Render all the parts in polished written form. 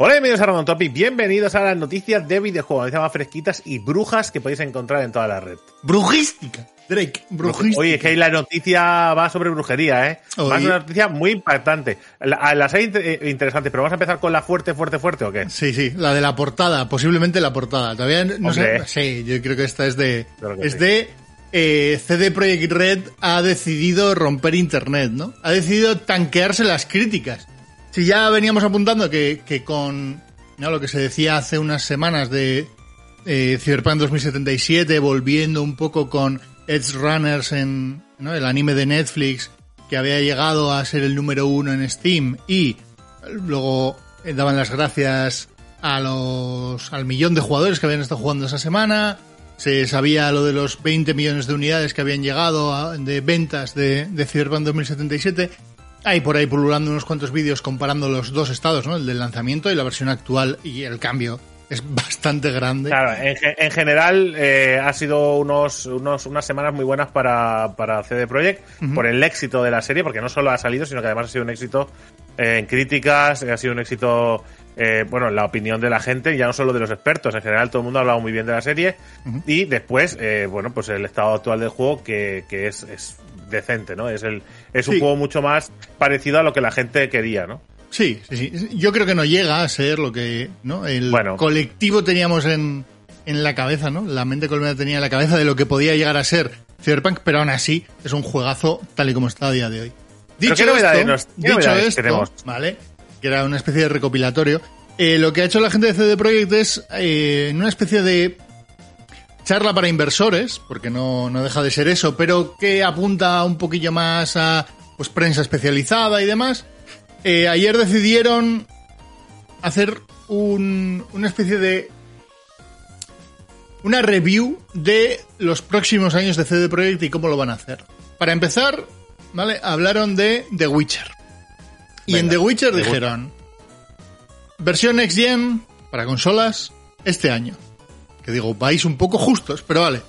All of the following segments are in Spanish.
Hola, bienvenidos a Random Topic, bienvenidos a las noticias de videojuegos, noticias más fresquitas y brujas que podéis encontrar en toda la red. Brujística, Drake, brujística. Oye, es que ahí la noticia va sobre brujería, ¿eh? Va a ser una noticia muy impactante. Las hay interesantes, pero vamos a empezar con la fuerte, ¿o qué? Sí, la de la portada, posiblemente la portada. Todavía no sé. Sí, yo creo que esta es de... CD Projekt Red ha decidido romper internet, ¿no? Ha decidido tanquearse las críticas. Si ya veníamos apuntando que con lo que se decía hace unas semanas de Cyberpunk 2077, volviendo un poco con Edge Runners en el anime de Netflix, que había llegado a ser el número 1 en Steam, y luego daban las gracias al millón de jugadores que habían estado jugando esa semana. Se sabía lo de los 20 millones de unidades que habían llegado de ventas de Cyberpunk 2077. Hay por ahí pululando unos cuantos vídeos comparando los dos estados, ¿no? El del lanzamiento y la versión actual, y el cambio es bastante grande. Claro, en general ha sido unas semanas muy buenas para CD Projekt por el éxito de la serie, porque no solo ha salido, sino que además ha sido un éxito en críticas, ha sido un éxito en la opinión de la gente, ya no solo de los expertos. En general todo el mundo ha hablado muy bien de la serie, y después, pues el estado actual del juego que es decente, ¿no? Es un juego mucho más parecido a lo que la gente quería, ¿no? Sí. Yo creo que no llega a ser lo que, ¿no? Colectivo teníamos en la cabeza, ¿no? La mente colombiana tenía en la cabeza de lo que podía llegar a ser Cyberpunk, pero aún así es un juegazo tal y como está a día de hoy. Dicho esto, ¿vale? Que era una especie de recopilatorio. Lo que ha hecho la gente de CD Projekt es una especie de charla para inversores, porque no deja de ser eso, pero que apunta un poquillo más a pues prensa especializada y demás. Ayer decidieron hacer una especie de una review de los próximos años de CD Projekt y cómo lo van a hacer. Para empezar, ¿vale? Hablaron de The Witcher. Y en The Witcher dijeron: versión Next Gen para consolas este año. Que digo, vais un poco justos, pero vale.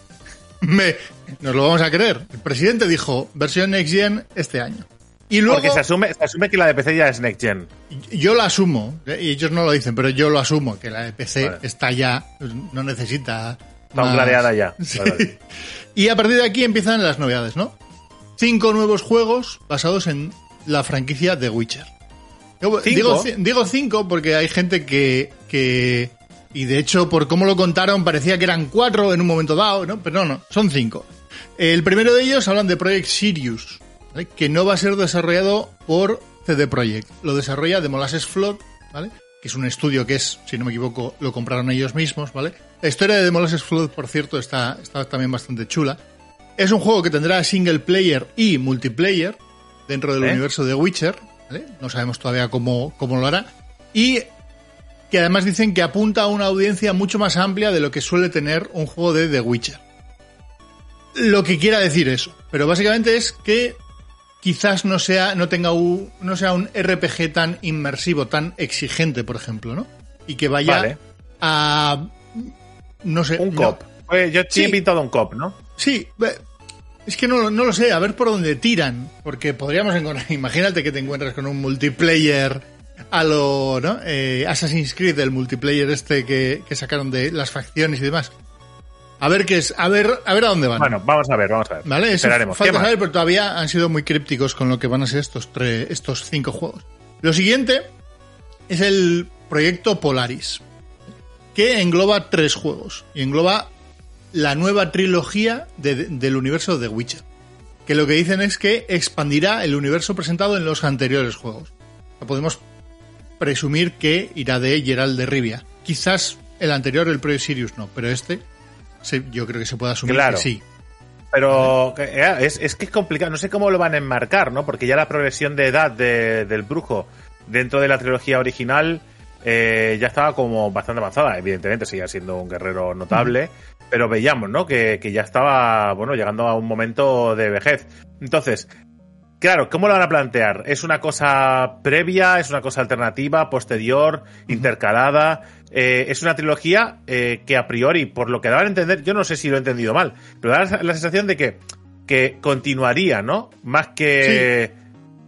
Nos lo vamos a creer. El presidente dijo versión Next Gen este año. Y luego, porque se asume que la de PC ya es Next Gen. Yo lo asumo, y ellos no lo dicen, pero yo lo asumo, que la de PC está ya, no necesita... Está clareada ya. Sí. Vale. Y a partir de aquí empiezan las novedades, ¿no? 5 nuevos juegos basados en la franquicia The Witcher. Digo 5 porque hay gente que y de hecho, por cómo lo contaron, parecía que eran 4 en un momento dado, ¿no? Pero no, son 5. El primero de ellos hablan de Project Sirius, ¿vale? Que no va a ser desarrollado por CD Projekt. Lo desarrolla The Molasses Flood, ¿vale? Que es un estudio que es, si no me equivoco, lo compraron ellos mismos, ¿vale? La historia de The Molasses Flood, por cierto, está también bastante chula. Es un juego que tendrá single player y multiplayer dentro del universo de Witcher, ¿vale? No sabemos todavía cómo lo hará. Y que además dicen que apunta a una audiencia mucho más amplia de lo que suele tener un juego de The Witcher. Lo que quiera decir eso, pero básicamente es que quizás no sea un RPG tan inmersivo, tan exigente, por ejemplo, ¿no? Y que vaya a... no sé... Un cop. Yo he pintado un cop, ¿no? Sí, es que no lo sé, a ver por dónde tiran, porque podríamos encontrar... Imagínate que te encuentras con un multiplayer a lo, ¿no? Assassin's Creed, el multiplayer que sacaron de las facciones y demás. A ver qué es, a ver a dónde van. Bueno, vamos a ver. Vale, eso esperaremos. Falta saber, pero todavía han sido muy crípticos con lo que van a ser estos 5 juegos. Lo siguiente es el proyecto Polaris, que engloba 3 juegos y engloba la nueva trilogía del universo de The Witcher, que lo que dicen es que expandirá el universo presentado en los anteriores juegos. Podemos presumir que irá de Geralt de Rivia. Quizás el anterior, el Project Sirius, no, pero yo creo que se puede asumir que sí. Pero es que es complicado, no sé cómo lo van a enmarcar, ¿no? Porque ya la progresión de edad del brujo dentro de la trilogía original ya estaba como bastante avanzada. Evidentemente seguía siendo un guerrero notable, pero veíamos, ¿no? Que ya estaba, llegando a un momento de vejez. Entonces, claro, ¿cómo lo van a plantear? ¿Es una cosa previa? ¿Es una cosa alternativa, posterior, intercalada? Es una trilogía que a priori, por lo que daban a entender, yo no sé si lo he entendido mal, pero da la sensación de que continuaría, ¿no? Más que...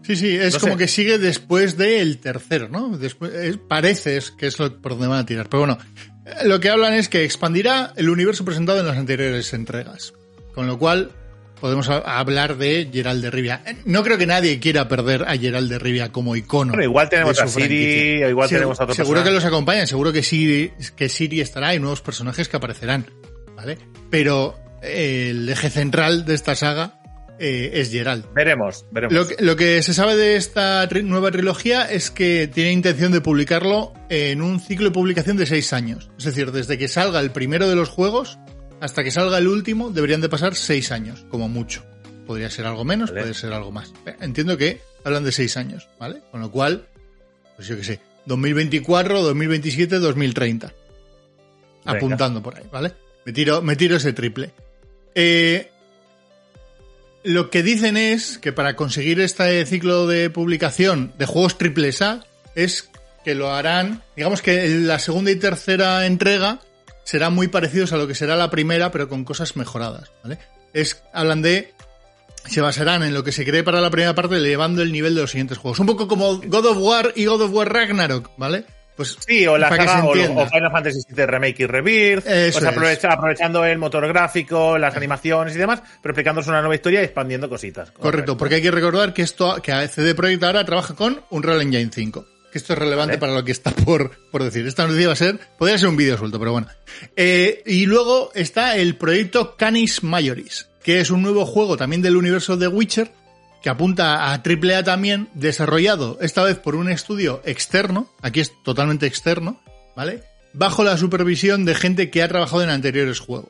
Sí, es no como sé. Que sigue después del tercero, ¿no? Después, parece que es por donde van a tirar. Pero bueno, lo que hablan es que expandirá el universo presentado en las anteriores entregas. Con lo cual, podemos hablar de Geralt de Rivia. No creo que nadie quiera perder a Geralt de Rivia como icono. Bueno, igual tenemos a Ciri, o igual tenemos a otro seguro personaje. Que los acompañan, seguro que Ciri estará y nuevos personajes que aparecerán, ¿vale? Pero el eje central de esta saga es Geralt. Veremos. Lo que se sabe de esta nueva trilogía es que tiene intención de publicarlo en un ciclo de publicación de 6 años. Es decir, desde que salga el primero de los juegos hasta que salga el último deberían de pasar 6 años, como mucho. Podría ser algo menos, ¿vale? Puede ser algo más. Entiendo que hablan de 6 años, ¿vale? Con lo cual, pues yo qué sé, 2024, 2027, 2030. Venga. Apuntando por ahí, ¿vale? Me tiro ese triple. Lo que dicen es que para conseguir este ciclo de publicación de juegos AAA es que lo harán, digamos que la segunda y tercera entrega serán muy parecidos a lo que será la primera, pero con cosas mejoradas, ¿vale? Hablan de, se basarán en lo que se cree para la primera parte, elevando el nivel de los siguientes juegos. Un poco como God of War y God of War Ragnarok, ¿vale? Pues sí, o la saga, o Final Fantasy VII Remake y Rebirth, pues aprovechando el motor gráfico, las animaciones y demás, pero explicándonos una nueva historia y expandiendo cositas. Correcto, porque hay que recordar que que CD Projekt ahora trabaja con Unreal Engine 5. Que esto es relevante para lo que está por decir. Esta noticia podría ser un vídeo suelto, pero bueno. Y luego está el proyecto Canis Majoris, que es un nuevo juego también del universo de Witcher, que apunta a AAA también, desarrollado esta vez por un estudio externo, aquí es totalmente externo, ¿vale? Bajo la supervisión de gente que ha trabajado en anteriores juegos.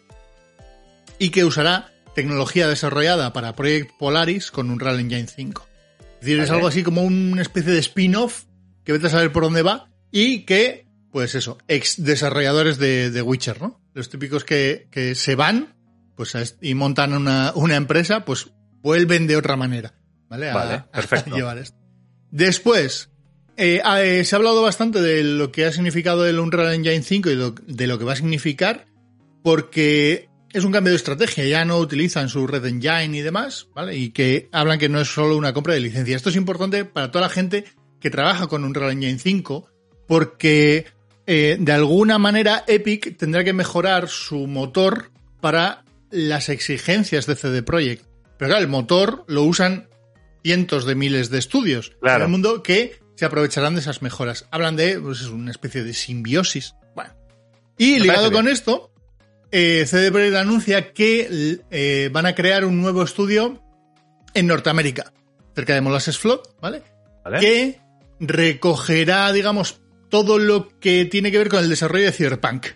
Y que usará tecnología desarrollada para Project Polaris con Unreal Engine 5. Es decir, es algo así como una especie de spin-off que vete a saber por dónde va y que, pues eso, ex desarrolladores de Witcher, ¿no? Los típicos que se van pues y montan una empresa, pues vuelven de otra manera, ¿vale? Perfecto. A llevar esto. Después, se ha hablado bastante de lo que ha significado el Unreal Engine 5 y de lo que va a significar, porque es un cambio de estrategia, ya no utilizan su Red Engine y demás, ¿vale? Y que hablan que no es solo una compra de licencia. Esto es importante para toda la gente que trabaja con Unreal Engine 5, porque de alguna manera Epic tendrá que mejorar su motor para las exigencias de CD Projekt. Pero claro, el motor lo usan cientos de miles de estudios en el mundo que se aprovecharán de esas mejoras. Hablan de una especie de simbiosis. Bueno. Y ligado con esto, CD Projekt anuncia que van a crear un nuevo estudio en Norteamérica, cerca de Molasses Flood, ¿vale? Que recogerá, digamos, todo lo que tiene que ver con el desarrollo de Cyberpunk.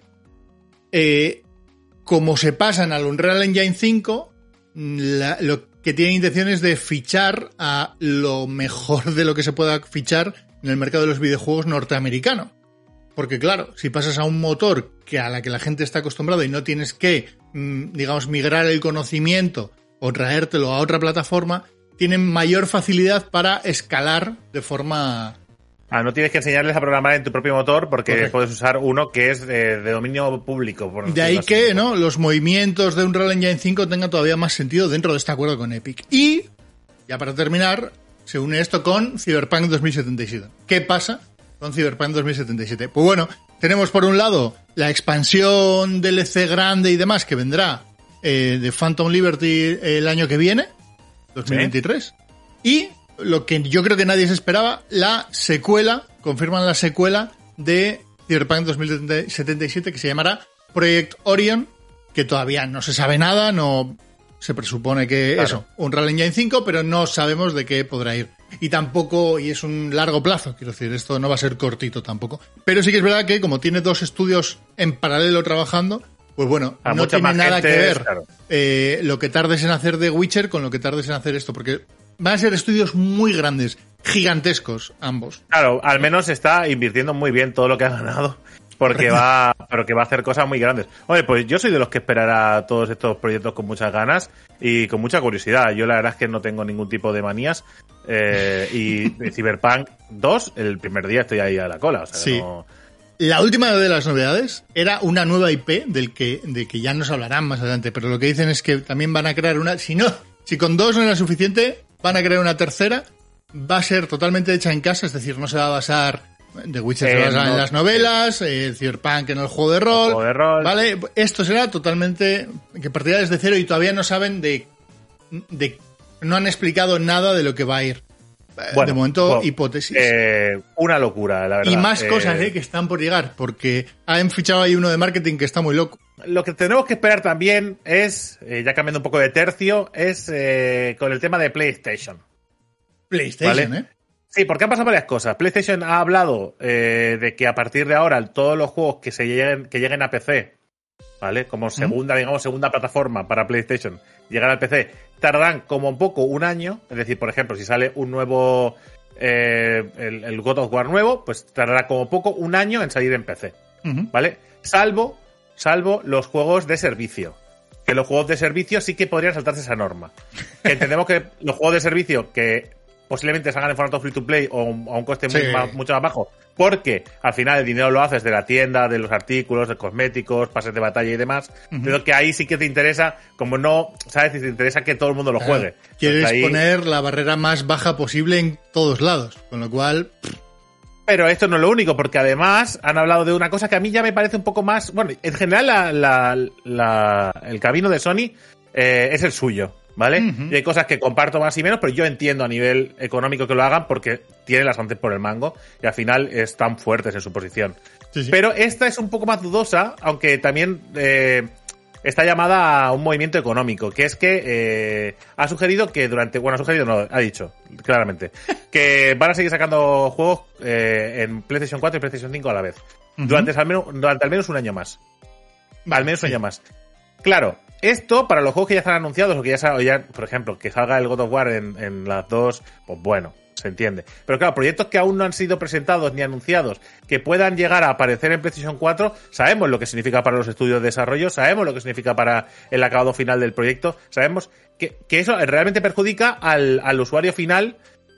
Como se pasan al Unreal Engine 5, lo que tienen intención es de fichar a lo mejor de lo que se pueda fichar en el mercado de los videojuegos norteamericano. Porque claro, si pasas a un motor a la que la gente está acostumbrada y no tienes que, digamos, migrar el conocimiento o traértelo a otra plataforma, tienen mayor facilidad para escalar de forma... no tienes que enseñarles a programar en tu propio motor porque puedes usar uno que es de dominio público. De ahí que ¿no? Los movimientos de Unreal Engine 5 tengan todavía más sentido dentro de este acuerdo con Epic. Y, ya para terminar, se une esto con Cyberpunk 2077. ¿Qué pasa con Cyberpunk 2077? Pues bueno, tenemos por un lado la expansión DLC grande y demás que vendrá de Phantom Liberty el año que viene, 2023. Y lo que yo creo que nadie se esperaba, confirman la secuela de Cyberpunk 2077 que se llamará Project Orion, que todavía no se sabe nada, no se presupone que Unreal Engine 5, pero no sabemos de qué podrá ir. Y tampoco, y es un largo plazo, quiero decir, esto no va a ser cortito tampoco. Pero sí que es verdad que como tiene 2 estudios en paralelo trabajando, pues bueno, no tiene nada que ver lo que tardes en hacer de Witcher con lo que tardes en hacer esto, porque van a ser estudios muy grandes, gigantescos, ambos. Claro, al menos está invirtiendo muy bien todo lo que ha ganado, porque va a hacer cosas muy grandes. Oye, pues yo soy de los que esperará todos estos proyectos con muchas ganas y con mucha curiosidad. Yo la verdad es que no tengo ningún tipo de manías. Y Cyberpunk 2, el primer día estoy ahí a la cola. O sea, sí. No... La última de las novedades era una nueva IP de que ya nos hablarán más adelante, pero lo que dicen es que también van a crear una... Si con 2 no era suficiente, van a crear una tercera va a ser totalmente hecha en casa, es decir, no se va a basar... The Witcher se basa en las novelas, Cyberpunk en el juego de rol, ¿vale? Esto será totalmente... que partirá desde cero y todavía no saben no han explicado nada de lo que va a ir. Bueno, de momento, hipótesis. Una locura, la verdad. Y más cosas que están por llegar, porque han fichado ahí uno de marketing que está muy loco. Lo que tenemos que esperar también es, ya cambiando un poco de tercio, es con el tema de PlayStation. PlayStation, ¿vale? Sí, porque han pasado varias cosas. PlayStation ha hablado de que a partir de ahora todos los juegos que lleguen a PC, ¿vale? Como segunda plataforma para PlayStation, llegar al PC, tardarán como un poco un año. Es decir, por ejemplo, si sale un nuevo el God of War nuevo, pues tardará como poco un año en salir en PC, ¿vale? Salvo los juegos de servicio. Que los juegos de servicio sí que podrían saltarse esa norma. Que entendemos que los juegos de servicio que posiblemente salgan en formato free to play o a un coste mucho más bajo, porque al final el dinero lo haces de la tienda, de los artículos, de cosméticos, pases de batalla y demás. Pero que ahí sí que te interesa, como no, ¿sabes? Si te interesa que todo el mundo lo juegue. Quieres ahí poner la barrera más baja posible en todos lados, con lo cual... Pero esto no es lo único, porque además han hablado de una cosa que a mí ya me parece un poco más... Bueno, en general el camino de Sony es el suyo, ¿vale? Y hay cosas que comparto más y menos, pero yo entiendo a nivel económico que lo hagan porque tienen las antes por el mango y al final están fuertes en su posición. Sí. Pero esta es un poco más dudosa, aunque también está llamada a un movimiento económico, que es que ha sugerido que ha dicho claramente que van a seguir sacando juegos en PlayStation 4 y PlayStation 5 a la vez, durante al menos un año más. Al menos un año más. Claro, esto para los juegos que ya están anunciados o que ya por ejemplo, que salga el God of War en las dos, pues bueno, se entiende. Pero claro, proyectos que aún no han sido presentados ni anunciados, que puedan llegar a aparecer en PlayStation 4, sabemos lo que significa para los estudios de desarrollo, sabemos lo que significa para el acabado final del proyecto, sabemos que eso realmente perjudica al usuario final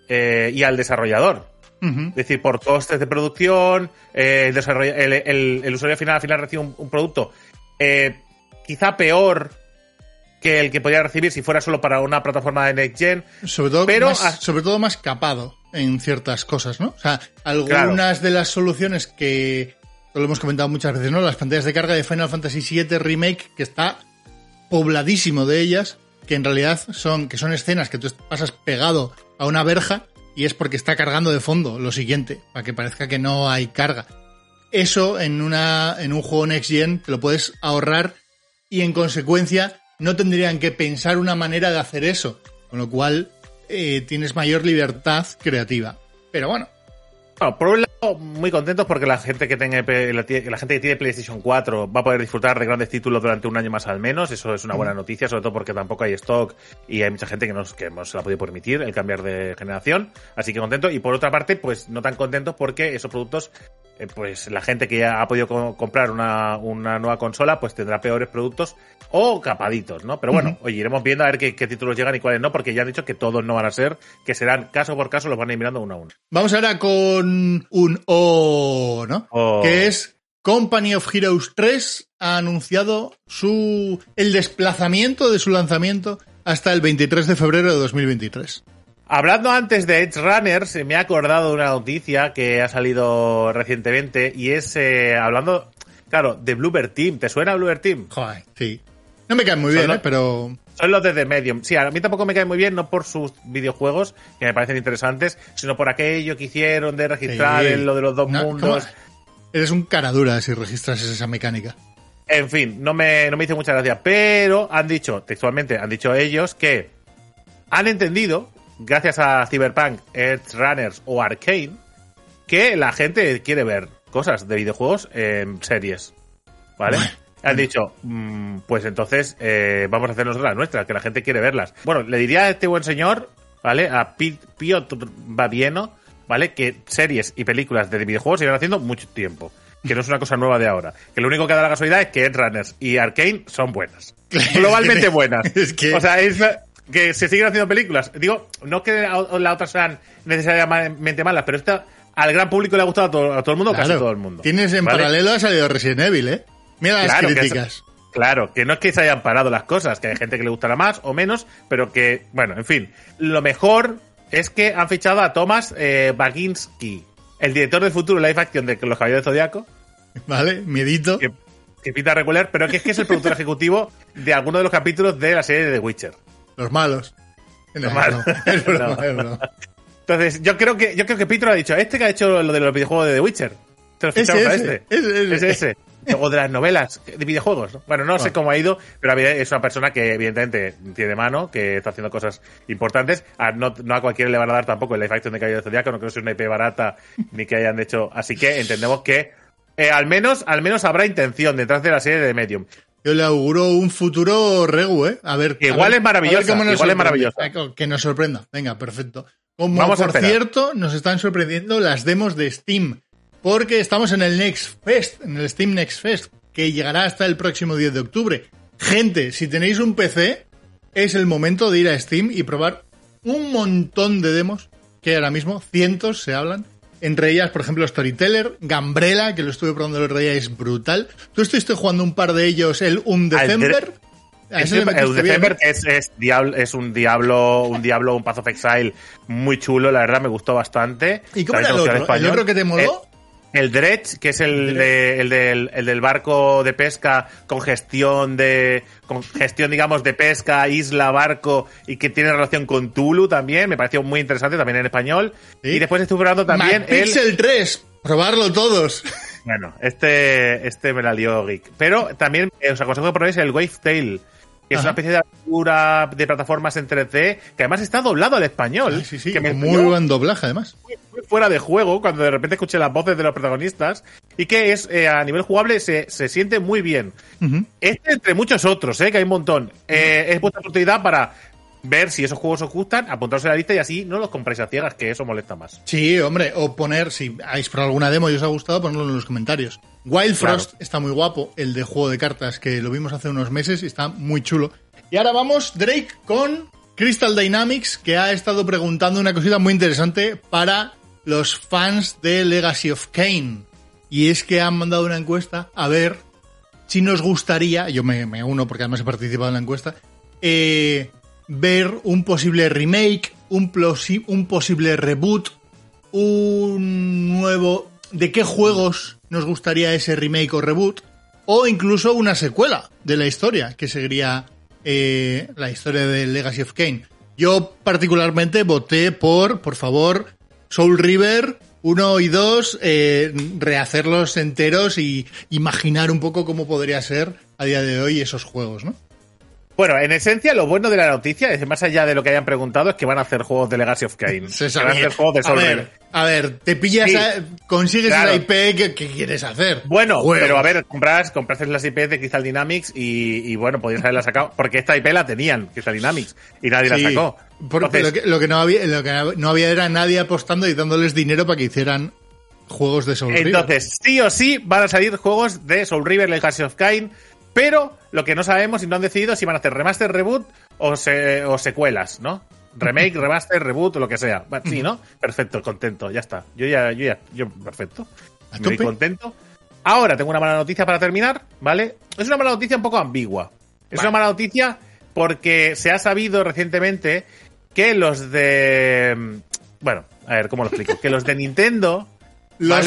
y al desarrollador. Es decir, por costes de producción, el usuario final al final recibe un producto quizá peor que el que podría recibir si fuera solo para una plataforma de Next Gen. Sobre todo más capado en ciertas cosas, ¿no? O sea, algunas de las soluciones que lo hemos comentado muchas veces, ¿no? Las pantallas de carga de Final Fantasy VII Remake, que está pobladísimo de ellas, que en realidad son escenas que tú pasas pegado a una verja y es porque está cargando de fondo lo siguiente, para que parezca que no hay carga. Eso en un juego Next Gen te lo puedes ahorrar y en consecuencia no tendrían que pensar una manera de hacer eso, con lo cual tienes mayor libertad creativa. Pero bueno, por un lado, muy contentos porque la gente que tiene PlayStation 4 va a poder disfrutar de grandes títulos durante un año más al menos. Eso es una buena noticia, sobre todo porque tampoco hay stock y hay mucha gente que no se la ha podido permitir el cambiar de generación. Así que contento. Y por otra parte, pues no tan contentos porque esos productos, pues la gente que ya ha podido comprar una nueva consola, pues tendrá peores productos o capaditos, ¿no? Pero bueno, oye, iremos viendo a ver qué títulos llegan y cuáles no, porque ya han dicho que todos no van a ser, que serán caso por caso, los van a ir mirando uno a uno. Vamos ahora con un O, ¿no? Que es Company of Heroes 3 ha anunciado el desplazamiento de su lanzamiento hasta el 23 de febrero de 2023. Hablando antes de Edge Runners, me he acordado de una noticia que ha salido recientemente y es hablando, claro, de Bloober Team. ¿Te suena Bloober Team? Joder, sí. No me caen muy bien, pero... Son los de The Medium. Sí, a mí tampoco me caen muy bien, no por sus videojuegos, que me parecen interesantes, sino por aquello que hicieron de registrar lo de los dos mundos. Eres un cara dura si registras esa mecánica. En fin, no me hizo mucha gracia, pero textualmente han dicho ellos que han entendido, gracias a Cyberpunk, Edge Runners o Arcane, que la gente quiere ver cosas de videojuegos en series, ¿vale? Han dicho, pues entonces vamos a hacernos las nuestras, que la gente quiere verlas. Bueno, le diría a este buen señor, ¿vale? A Piotr Babieno, ¿vale? Que series y películas de videojuegos se irán haciendo mucho tiempo. Que no es una cosa nueva de ahora. Que lo único que da la casualidad es que Edge Runners y Arcane son buenas. Globalmente buenas. O sea, es que se siguen haciendo películas. Digo, no que las otras sean necesariamente malas, pero esta al gran público le ha gustado a todo el mundo, claro, casi todo el mundo. Tienes en paralelo ha salido Resident Evil, ¿eh? Mira las críticas. Claro, que no es que se hayan parado las cosas, que hay gente que le gustará más o menos, pero que, bueno, en fin, lo mejor es que han fichado a Thomas Baginski, el director del futuro live action de Los Caballeros del Zodiaco. Vale, miedito. Que pinta regular, pero que es el productor ejecutivo de algunos de los capítulos de la serie de The Witcher. Los malos. Los malos. No. Entonces, yo creo que Pitro ha dicho, este que ha hecho lo de los videojuegos de The Witcher. Te lo fichamos a este. Ese. O de las novelas de videojuegos, ¿no? Bueno, no sé cómo ha ido, pero es una persona que evidentemente tiene mano, que está haciendo cosas importantes. No a cualquiera le van a dar tampoco el live action de Caballero del Zodiaco, no creo que sea una IP barata ni que hayan hecho. Así que entendemos que al menos habrá intención detrás de la serie de Medium. Yo le auguro un futuro regu, ¿eh? A ver. Igual es maravilloso. Que nos sorprenda. Venga, perfecto. Como por cierto, nos están sorprendiendo las demos de Steam. Porque estamos en el Next Fest, en el Steam Next Fest, que llegará hasta el próximo 10 de octubre. Gente, si tenéis un PC, es el momento de ir a Steam y probar un montón de demos, que ahora mismo cientos se hablan. Entre ellas, por ejemplo, Storyteller, Gambrela, que lo estuve probando el otro día, es brutal. Tú estuviste jugando un par de ellos, el Undecember. El December es un Diablo, un Path of Exile muy chulo, la verdad me gustó bastante. ¿Y cómo era el otro? ¿El otro que te moló? El Dredge, que es el del barco de pesca con gestión, digamos, de pesca, isla, barco, y que tiene relación con Tulu también, me pareció muy interesante, también en español. ¿Sí? Y después estuve probando también Pixel 3, probarlo todos. Bueno, este me la lió Geek. Pero también os aconsejo que probéis el Wave Tale, que es una especie de aventura de plataformas en 3D, que además está doblado al español. Sí, que me muy buen doblaje, además. Muy fuera de juego, cuando de repente escuché las voces de los protagonistas, y que es a nivel jugable se siente muy bien. Este entre muchos otros, que hay un montón. Es vuestra oportunidad para ver si esos juegos os gustan, apuntaros a la lista y así no los compráis a ciegas, que eso molesta más. Sí, hombre, o poner, si habéis probado alguna demo y os ha gustado, ponedlo en los comentarios. Wild Frost está muy guapo, el de juego de cartas, que lo vimos hace unos meses y está muy chulo. Y ahora vamos, Drake, con Crystal Dynamics, que ha estado preguntando una cosita muy interesante para los fans de Legacy of Kain. Y es que han mandado una encuesta a ver si nos gustaría, yo me uno porque además he participado en la encuesta, ver un posible remake, un posible reboot, un nuevo... ¿De qué juegos nos gustaría ese remake o reboot? O incluso una secuela de la historia, que seguiría la historia de Legacy of Kain. Yo particularmente voté por favor, Soul River 1 y 2, rehacerlos enteros y imaginar un poco cómo podría ser a día de hoy esos juegos, ¿no? Bueno, en esencia, lo bueno de la noticia, es más allá de lo que hayan preguntado, es que van a hacer juegos de Legacy of Kain. Van a hacer juegos de Soul River. A ver, te pillas, consigues la IP que quieres hacer. Bueno, pero a ver, compraste las IP de Crystal Dynamics y bueno, podías haberla sacado, porque esta IP la tenían, Crystal Dynamics, y nadie la sacó. Porque entonces, lo que no había era nadie apostando y dándoles dinero para que hicieran juegos de Soul River. Entonces, sí o sí, van a salir juegos de Soul River, Legacy of Kain, pero lo que no sabemos y no han decidido si van a hacer remaster, reboot o secuelas, ¿no? Remake, remaster, reboot o lo que sea. Sí, ¿no? Perfecto, contento, ya está. Yo perfecto. Estoy contento. Ahora tengo una mala noticia para terminar, ¿vale? Es una mala noticia un poco ambigua. Es una mala noticia porque se ha sabido recientemente que los de... Bueno, a ver, ¿cómo lo explico? Que los de Nintendo... Los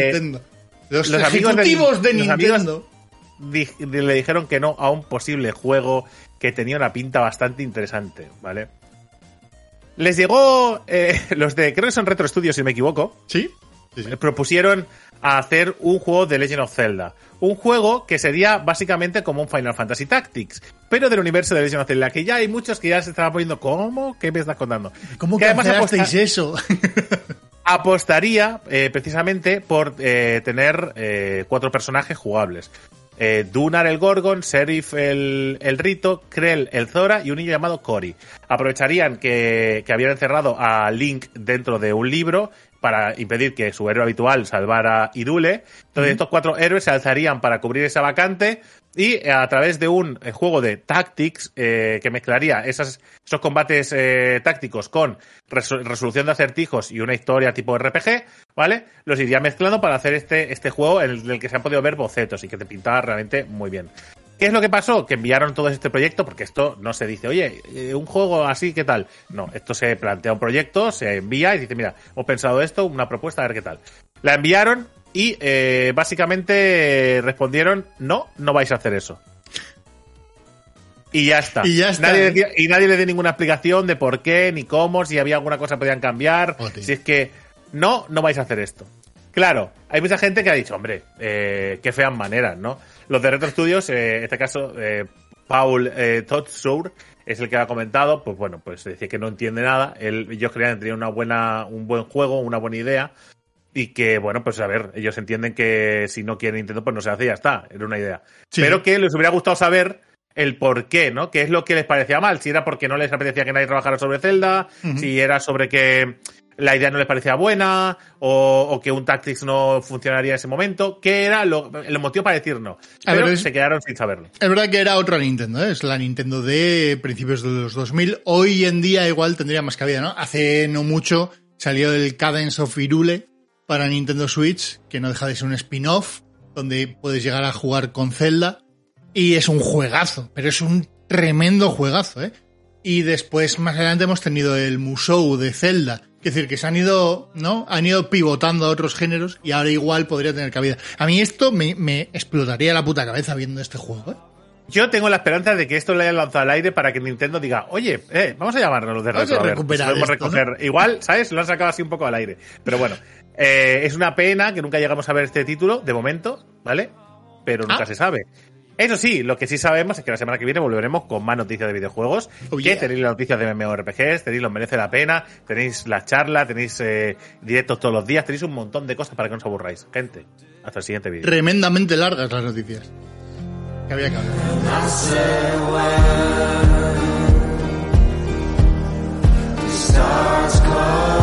ejecutivos de Nintendo... le dijeron que no a un posible juego que tenía una pinta bastante interesante, ¿vale? Les llegó los de, creo que son Retro Studios, si me equivoco. Sí. Propusieron a hacer un juego de Legend of Zelda. Un juego que sería básicamente como un Final Fantasy Tactics, pero del universo de Legend of Zelda, que ya hay muchos que ya se estaban poniendo, ¿cómo? ¿Qué me estás contando? ¿Cómo que cancelasteis eso? Apostaría precisamente por tener 4 personajes jugables. Dunar el Gorgon, Serif el Rito, Krell el Zora y un niño llamado Cory. Aprovecharían que habían encerrado a Link dentro de un libro para impedir que su héroe habitual salvara Hyrule. Entonces estos 4 héroes se alzarían para cubrir esa vacante y a través de un juego de tactics que mezclaría esos combates tácticos con resolución de acertijos y una historia tipo RPG, ¿vale? Los iría mezclando para hacer este juego en el que se han podido ver bocetos y que te pintaba realmente muy bien. ¿Qué es lo que pasó? Que enviaron todo este proyecto, porque esto no se dice, oye, un juego así, ¿qué tal? No, esto se plantea un proyecto, se envía y dice, mira, hemos pensado esto, una propuesta, a ver qué tal. La enviaron y básicamente respondieron, no vais a hacer eso. Y ya está. Nadie le dio ninguna explicación de por qué, ni cómo, si había alguna cosa que podían cambiar, si es que no vais a hacer esto. Claro, hay mucha gente que ha dicho, hombre, qué feas maneras, ¿no? Los de Retro Studios, en este caso, Paul Todsur es el que ha comentado, pues bueno, pues decía que no entiende nada. Ellos creían que tenían un buen juego, una buena idea, y que, bueno, pues a ver, ellos entienden que si no quieren Nintendo, pues no se hace y ya está, era una idea. Sí. Pero que les hubiera gustado saber el por qué, ¿no? ¿Qué es lo que les parecía mal? Si era porque no les apetecía que nadie trabajara sobre Zelda, si era sobre que la idea no les parecía buena, o que un Tactics no funcionaría en ese momento. ¿Qué era el motivo para decir no? Pero se quedaron sin saberlo. Es verdad que era otra Nintendo, ¿eh? Es la Nintendo de principios de los 2000. Hoy en día igual tendría más cabida, ¿no? Hace no mucho salió el Cadence of Hyrule para Nintendo Switch, que no deja de ser un spin-off, donde puedes llegar a jugar con Zelda, y es un juegazo, pero es un tremendo juegazo, ¿eh? Y después, más adelante, hemos tenido el Musou de Zelda. Es decir, que se han ido, ¿no? Han ido pivotando a otros géneros y ahora igual podría tener cabida. A mí esto me explotaría la puta cabeza viendo este juego, ¿eh? Yo tengo la esperanza de que esto lo hayan lanzado al aire para que Nintendo diga, oye, vamos a llamarnos los de Retro, a ver, podemos recoger. ¿No? Igual, ¿sabes? Lo han sacado así un poco al aire. Pero bueno, es una pena que nunca llegamos a ver este título, de momento, ¿vale? Pero nunca se sabe. Eso sí, lo que sí sabemos es que la semana que viene volveremos con más noticias de videojuegos. Que tenéis las noticias de MMORPGs, tenéis los merece la pena, tenéis la charla, tenéis directos todos los días, tenéis un montón de cosas para que no os aburráis. Gente, hasta el siguiente vídeo. Tremendamente largas las noticias. Que había que hablar.